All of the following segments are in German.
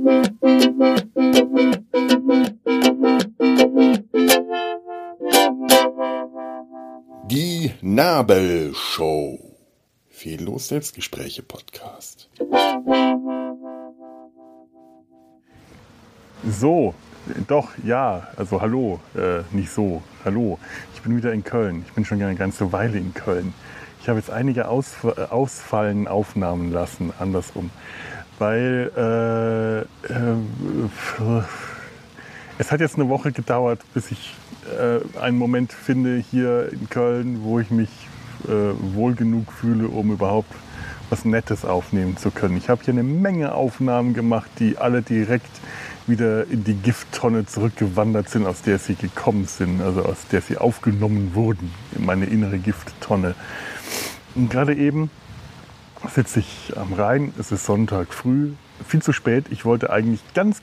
Die Nabelshow. Fehllos Selbstgespräche Podcast. So, doch, ja, also hallo, nicht so, hallo. Ich bin wieder in Köln. Ich bin schon eine ganze Weile in Köln. Ich habe jetzt einige Aufnahmen lassen, andersrum. Weil es hat jetzt eine Woche gedauert, bis ich einen Moment finde hier in Köln, wo ich mich wohl genug fühle, um überhaupt was Nettes aufnehmen zu können. Ich habe hier eine Menge Aufnahmen gemacht, die alle direkt wieder in die Gifttonne zurückgewandert sind, aus der sie gekommen sind, also aus der sie aufgenommen wurden, in meine innere Gifttonne. Und gerade eben sitze ich am Rhein, es ist Sonntag früh, viel zu spät. Ich wollte eigentlich ganz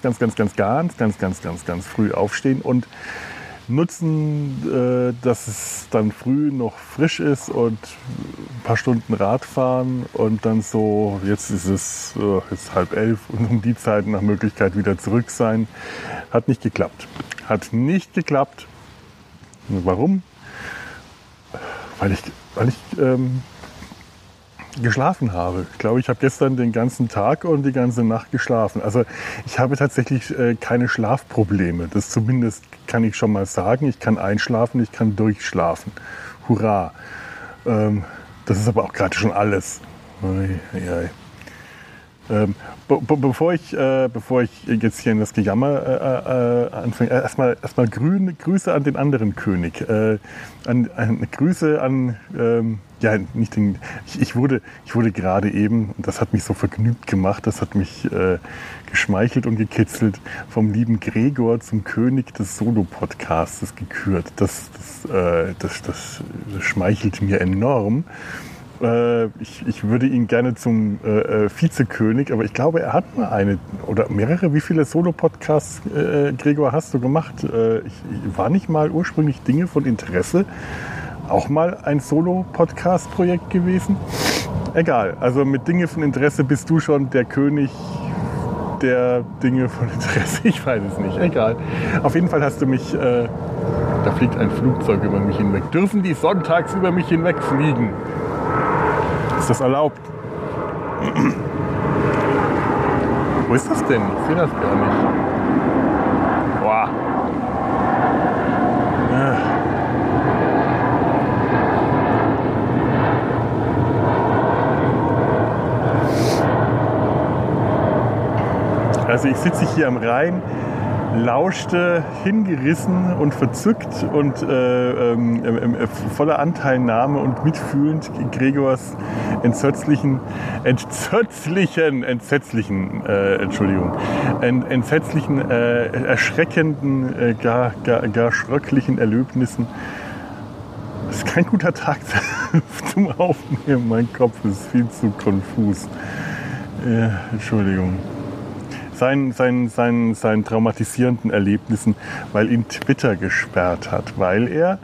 früh aufstehen und nutzen, dass es dann früh noch frisch ist und ein paar Stunden Rad fahren und dann so, jetzt ist es jetzt 10:30 und um die Zeit nach Möglichkeit wieder zurück sein. Hat nicht geklappt. Warum? Weil ich geschlafen habe. Ich glaube, ich habe gestern den ganzen Tag und die ganze Nacht geschlafen. Also ich habe tatsächlich keine Schlafprobleme. Das zumindest kann ich schon mal sagen. Ich kann einschlafen, ich kann durchschlafen. Hurra! Das ist aber auch gerade schon alles. Bevor ich jetzt hier in das Gejammer anfange, erstmal Grüße an den anderen König. Grüße an, ich wurde gerade eben, das hat mich so vergnügt gemacht, das hat mich geschmeichelt und gekitzelt, vom lieben Gregor zum König des Solo-Podcasts gekürt. Das schmeichelt mir enorm. Ich würde ihn gerne zum Vizekönig, aber ich glaube, er hat mal eine oder mehrere. Wie viele Solo-Podcasts, Gregor, hast du gemacht? War nicht mal ursprünglich Dinge von Interesse auch mal ein Solo-Podcast-Projekt gewesen? Egal, also mit Dinge von Interesse bist du schon der König der Dinge von Interesse. Ich weiß es nicht, egal. Auf jeden Fall hast du mich, da fliegt ein Flugzeug über mich hinweg. Dürfen die sonntags über mich hinweg fliegen? Ist das erlaubt? Wo ist das denn? Ich sehe das gar nicht. Boah. Also ich sitze hier am Rhein, lauschte hingerissen und verzückt und voller Anteilnahme und mitfühlend Gregors entsetzlichen, erschreckenden, gar schröcklichen Erlebnissen. Das ist kein guter Tag zum Aufnehmen. Mein Kopf ist viel zu konfus. Entschuldigung. Seinen traumatisierenden Erlebnissen, weil ihn Twitter gesperrt hat, weil er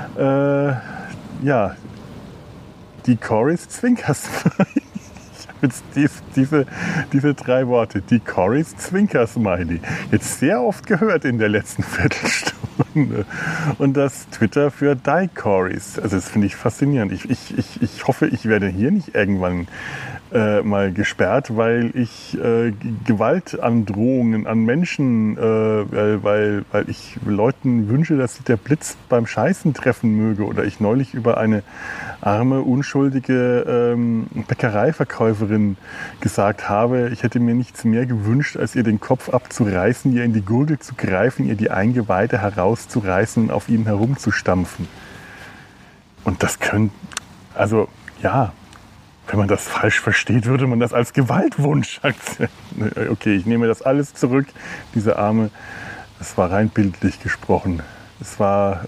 die Corys Zwinker-Smiley. Ich habe jetzt diese 3 Worte, die Corys Zwinker-Smiley, jetzt sehr oft gehört in der letzten Viertelstunde. Und das Twitter für Die Corys. Also das finde ich faszinierend. Ich hoffe, ich werde hier nicht irgendwann mal gesperrt, weil ich Gewaltandrohungen an Menschen, weil ich Leuten wünsche, dass sie der Blitz beim Scheißen treffen möge, oder ich neulich über eine arme, unschuldige Bäckereiverkäuferin gesagt habe, ich hätte mir nichts mehr gewünscht, als ihr den Kopf abzureißen, ihr in die Gurgel zu greifen, ihr die Eingeweide herauszureißen und auf ihnen herumzustampfen. Und das wenn man das falsch versteht, würde man das als Gewaltwunsch akzeptieren. Okay, ich nehme das alles zurück. Diese Arme, es war rein bildlich gesprochen. Es war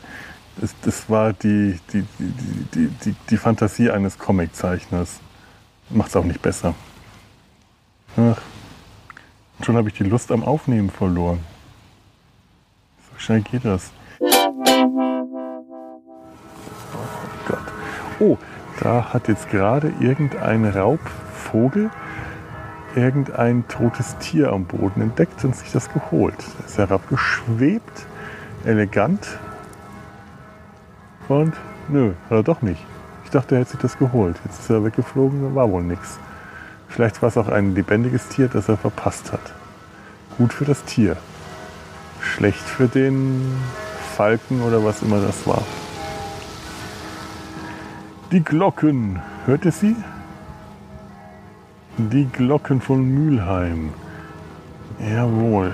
die Fantasie eines Comiczeichners. Macht's auch nicht besser. Ach, schon habe ich die Lust am Aufnehmen verloren. So schnell geht das. Oh Gott. Oh, da hat jetzt gerade irgendein Raubvogel irgendein totes Tier am Boden entdeckt und sich das geholt. Es ist herabgeschwebt, elegant. Und nö, hat er doch nicht. Ich dachte, er hätte sich das geholt. Jetzt ist er weggeflogen, war wohl nichts. Vielleicht war es auch ein lebendiges Tier, das er verpasst hat. Gut für das Tier. Schlecht für den Falken oder was immer das war. Die Glocken. Hört ihr sie? Die Glocken von Mülheim. Jawohl.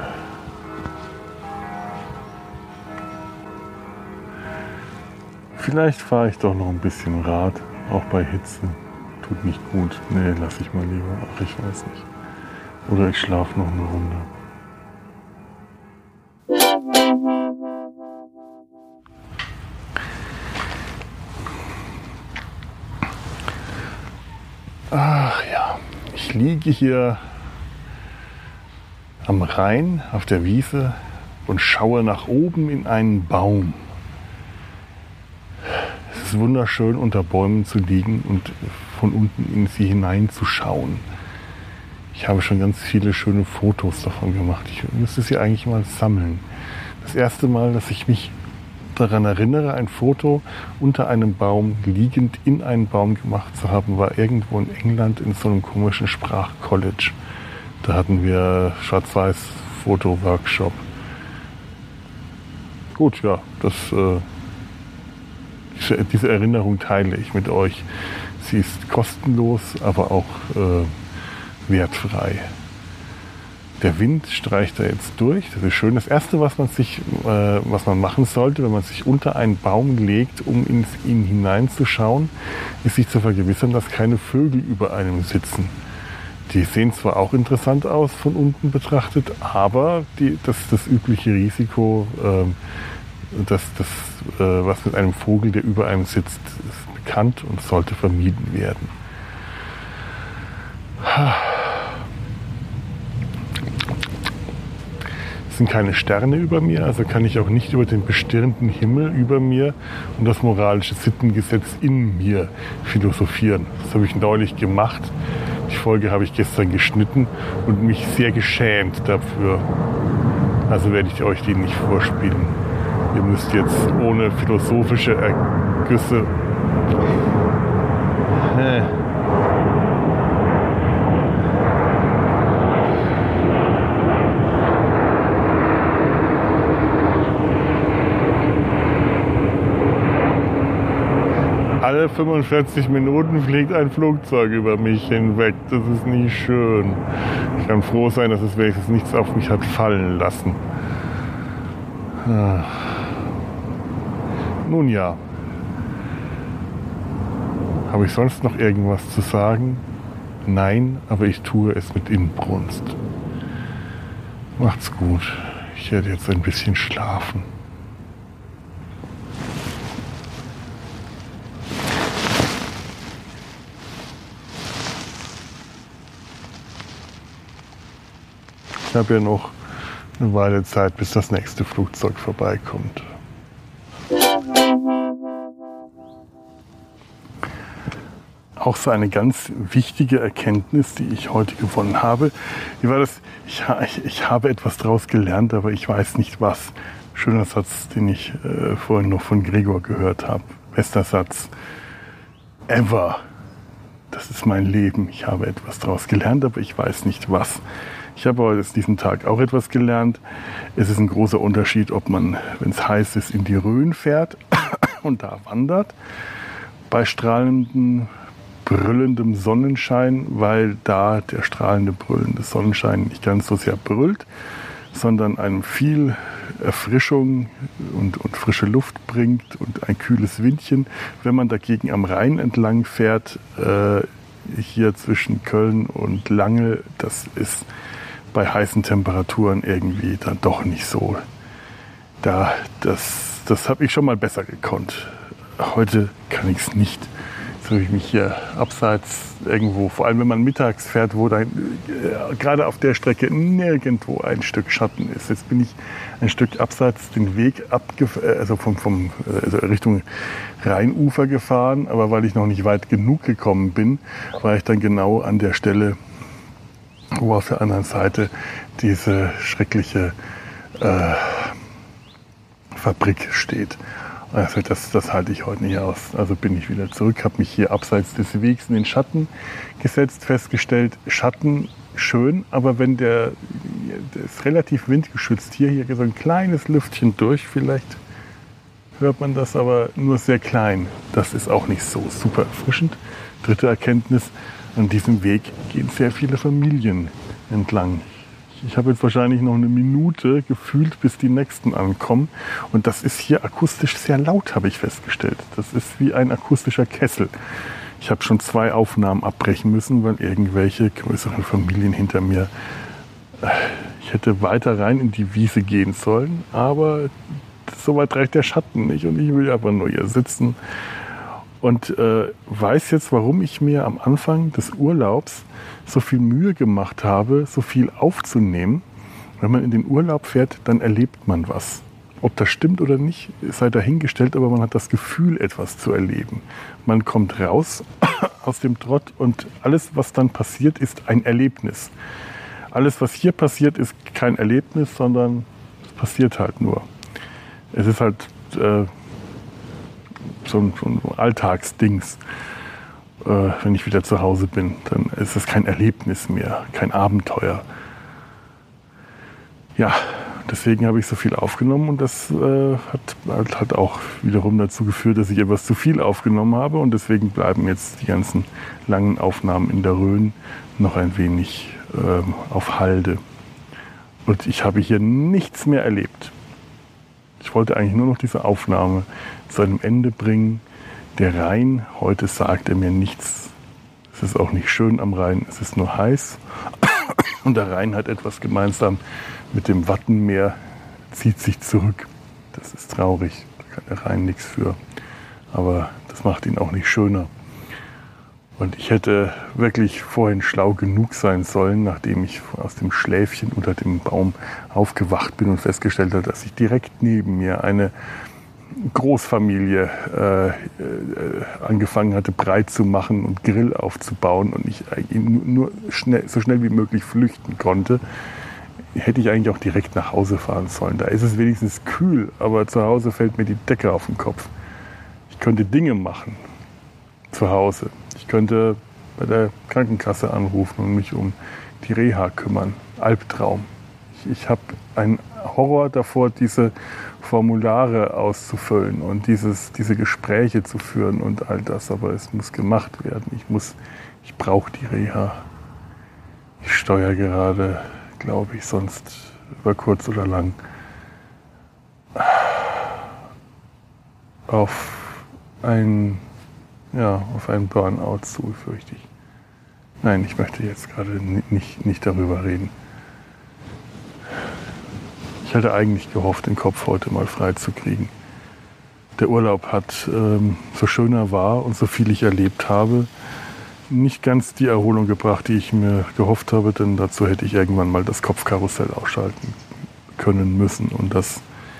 Vielleicht fahre ich doch noch ein bisschen Rad, auch bei Hitze. Tut nicht gut. Nee, lass ich mal lieber. Ach, ich weiß nicht. Oder ich schlafe noch eine Runde. Ach ja, ich liege hier am Rhein auf der Wiese und schaue nach oben in einen Baum. Es ist wunderschön, unter Bäumen zu liegen und von unten in sie hineinzuschauen. Ich habe schon ganz viele schöne Fotos davon gemacht. Ich müsste sie eigentlich mal sammeln. Das erste Mal, dass ich mich daran erinnere, ein Foto unter einem Baum, liegend in einen Baum gemacht zu haben, war irgendwo in England in so einem komischen Sprachcollege. Da hatten wir Schwarz-Weiß-Foto-Workshop. Gut, ja, diese Erinnerung teile ich mit euch. Sie ist kostenlos, aber auch wertfrei. Der Wind streicht da jetzt durch. Das ist schön. Das Erste, was man machen sollte, wenn man sich unter einen Baum legt, um in ihn hineinzuschauen, ist sich zu vergewissern, dass keine Vögel über einem sitzen. Die sehen zwar auch interessant aus von unten betrachtet, aber das übliche Risiko, was mit einem Vogel, der über einem sitzt, ist bekannt und sollte vermieden werden. Es sind keine Sterne über mir, also kann ich auch nicht über den bestirnten Himmel über mir und das moralische Sittengesetz in mir philosophieren. Das habe ich neulich gemacht. Die Folge habe ich gestern geschnitten und mich sehr geschämt dafür. Also werde ich euch die nicht vorspielen. Ihr müsst jetzt ohne philosophische Ergüsse alle 45 Minuten fliegt ein Flugzeug über mich hinweg. Das ist nie schön. Ich kann froh sein, dass es wenigstens nichts auf mich hat fallen lassen. Nun ja. Habe ich sonst noch irgendwas zu sagen? Nein, aber ich tue es mit Inbrunst. Macht's gut. Ich werde jetzt ein bisschen schlafen. Ich habe ja noch eine Weile Zeit, bis das nächste Flugzeug vorbeikommt. Auch so eine ganz wichtige Erkenntnis, die ich heute gewonnen habe. Wie war das? Ich habe etwas daraus gelernt, aber ich weiß nicht was. Schöner Satz, den ich vorhin noch von Gregor gehört habe. Bester Satz ever. Das ist mein Leben. Ich habe etwas daraus gelernt, aber ich weiß nicht was. Ich habe heute diesen Tag auch etwas gelernt. Es ist ein großer Unterschied, ob man, wenn es heiß ist, in die Rhön fährt und da wandert, bei strahlendem, brüllendem Sonnenschein, weil da der strahlende, brüllende Sonnenschein nicht ganz so sehr brüllt, sondern einem viel Erfrischung und frische Luft bringt und ein kühles Windchen. Wenn man dagegen am Rhein entlang fährt, hier zwischen Köln und Lange, das ist bei heißen Temperaturen irgendwie dann doch nicht so. Das habe ich schon mal besser gekonnt. Heute kann ich es nicht. Jetzt habe ich mich hier abseits irgendwo, vor allem wenn man mittags fährt, wo dann gerade auf der Strecke nirgendwo ein Stück Schatten ist. Jetzt bin ich ein Stück abseits den Weg also Richtung Rheinufer gefahren, aber weil ich noch nicht weit genug gekommen bin, war ich dann genau an der Stelle, wo auf der anderen Seite diese schreckliche Fabrik steht. Also das halte ich heute nicht aus. Also bin ich wieder zurück, habe mich hier abseits des Wegs in den Schatten gesetzt, festgestellt, Schatten schön, aber wenn der ist relativ windgeschützt, hier so ein kleines Lüftchen durch, vielleicht hört man das, aber nur sehr klein. Das ist auch nicht so super erfrischend. Dritte Erkenntnis, an diesem Weg gehen sehr viele Familien entlang. Ich habe jetzt wahrscheinlich noch eine Minute gefühlt, bis die nächsten ankommen. Und das ist hier akustisch sehr laut, habe ich festgestellt. Das ist wie ein akustischer Kessel. Ich habe schon 2 Aufnahmen abbrechen müssen, weil irgendwelche größeren Familien hinter mir... Ich hätte weiter rein in die Wiese gehen sollen, aber so weit reicht der Schatten nicht. Und ich will einfach nur hier sitzen. Und weiß jetzt, warum ich mir am Anfang des Urlaubs so viel Mühe gemacht habe, so viel aufzunehmen. Wenn man in den Urlaub fährt, dann erlebt man was. Ob das stimmt oder nicht, sei dahingestellt, aber man hat das Gefühl, etwas zu erleben. Man kommt raus aus dem Trott und alles, was dann passiert, ist ein Erlebnis. Alles, was hier passiert, ist kein Erlebnis, sondern es passiert halt nur. Es ist halt so ein Alltagsdings. Wenn ich wieder zu Hause bin, dann ist es kein Erlebnis mehr, kein Abenteuer. Ja, deswegen habe ich so viel aufgenommen und das hat auch wiederum dazu geführt, dass ich etwas zu viel aufgenommen habe und deswegen bleiben jetzt die ganzen langen Aufnahmen in der Rhön noch ein wenig auf Halde. Und ich habe hier nichts mehr erlebt. Ich wollte eigentlich nur noch diese Aufnahme zu einem Ende bringen. Der Rhein, heute sagt er mir nichts. Es ist auch nicht schön am Rhein, es ist nur heiß. Und der Rhein hat etwas gemeinsam mit dem Wattenmeer, zieht sich zurück. Das ist traurig, da kann der Rhein nichts für. Aber das macht ihn auch nicht schöner. Und ich hätte wirklich vorhin schlau genug sein sollen, nachdem ich aus dem Schläfchen unter dem Baum aufgewacht bin und festgestellt habe, dass sich direkt neben mir eine Großfamilie angefangen hatte, breit zu machen und Grill aufzubauen und ich nur so schnell wie möglich flüchten konnte, hätte ich eigentlich auch direkt nach Hause fahren sollen. Da ist es wenigstens kühl, aber zu Hause fällt mir die Decke auf den Kopf. Ich könnte Dinge machen zu Hause. Ich könnte bei der Krankenkasse anrufen und mich um die Reha kümmern. Albtraum. Ich habe einen Horror davor, diese Formulare auszufüllen und diese Gespräche zu führen und all das. Aber es muss gemacht werden. Ich brauche die Reha. Ich steuere gerade, glaube ich, sonst über kurz oder lang auf einen Burnout zu, fürchte ich. Nein, ich möchte jetzt gerade nicht darüber reden. Ich hatte eigentlich gehofft, den Kopf heute mal frei zu kriegen. Der Urlaub hat, so schön er war und so viel ich erlebt habe, nicht ganz die Erholung gebracht, die ich mir gehofft habe, denn dazu hätte ich irgendwann mal das Kopfkarussell ausschalten können müssen und das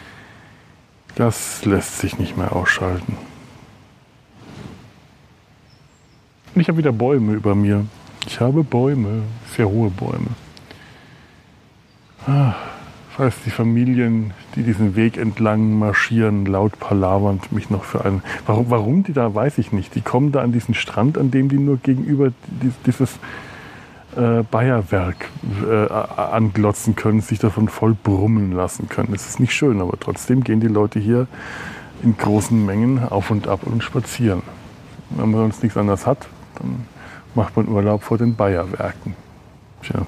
lässt sich nicht mehr ausschalten. Und ich habe wieder Bäume über mir. Ich habe Bäume, sehr hohe Bäume. Falls die Familien, die diesen Weg entlang marschieren, laut palavernd mich noch für einen... Warum die da, weiß ich nicht. Die kommen da an diesen Strand, an dem die nur gegenüber dieses Bayerwerk anglotzen können, sich davon voll brummen lassen können. Das ist nicht schön, aber trotzdem gehen die Leute hier in großen Mengen auf und ab und spazieren. Wenn man sonst nichts anderes hat, dann macht man Urlaub vor den Bayerwerken. Tja.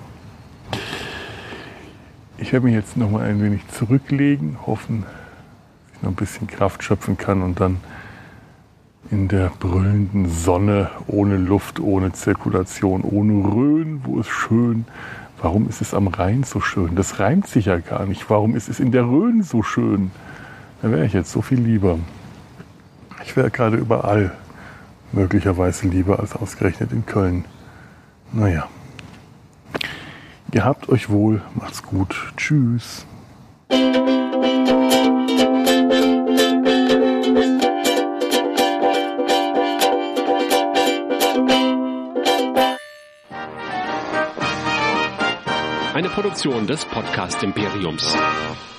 Ich werde mich jetzt noch mal ein wenig zurücklegen, hoffen, dass ich noch ein bisschen Kraft schöpfen kann und dann in der brüllenden Sonne, ohne Luft, ohne Zirkulation, ohne Rhön, wo es schön. Warum ist es am Rhein so schön? Das reimt sich ja gar nicht. Warum ist es in der Rhön so schön? Da wäre ich jetzt so viel lieber. Ich wäre gerade überall möglicherweise lieber als ausgerechnet in Köln. Naja. Ihr habt euch wohl, macht's gut, tschüss. Eine Produktion des Podcast Imperiums.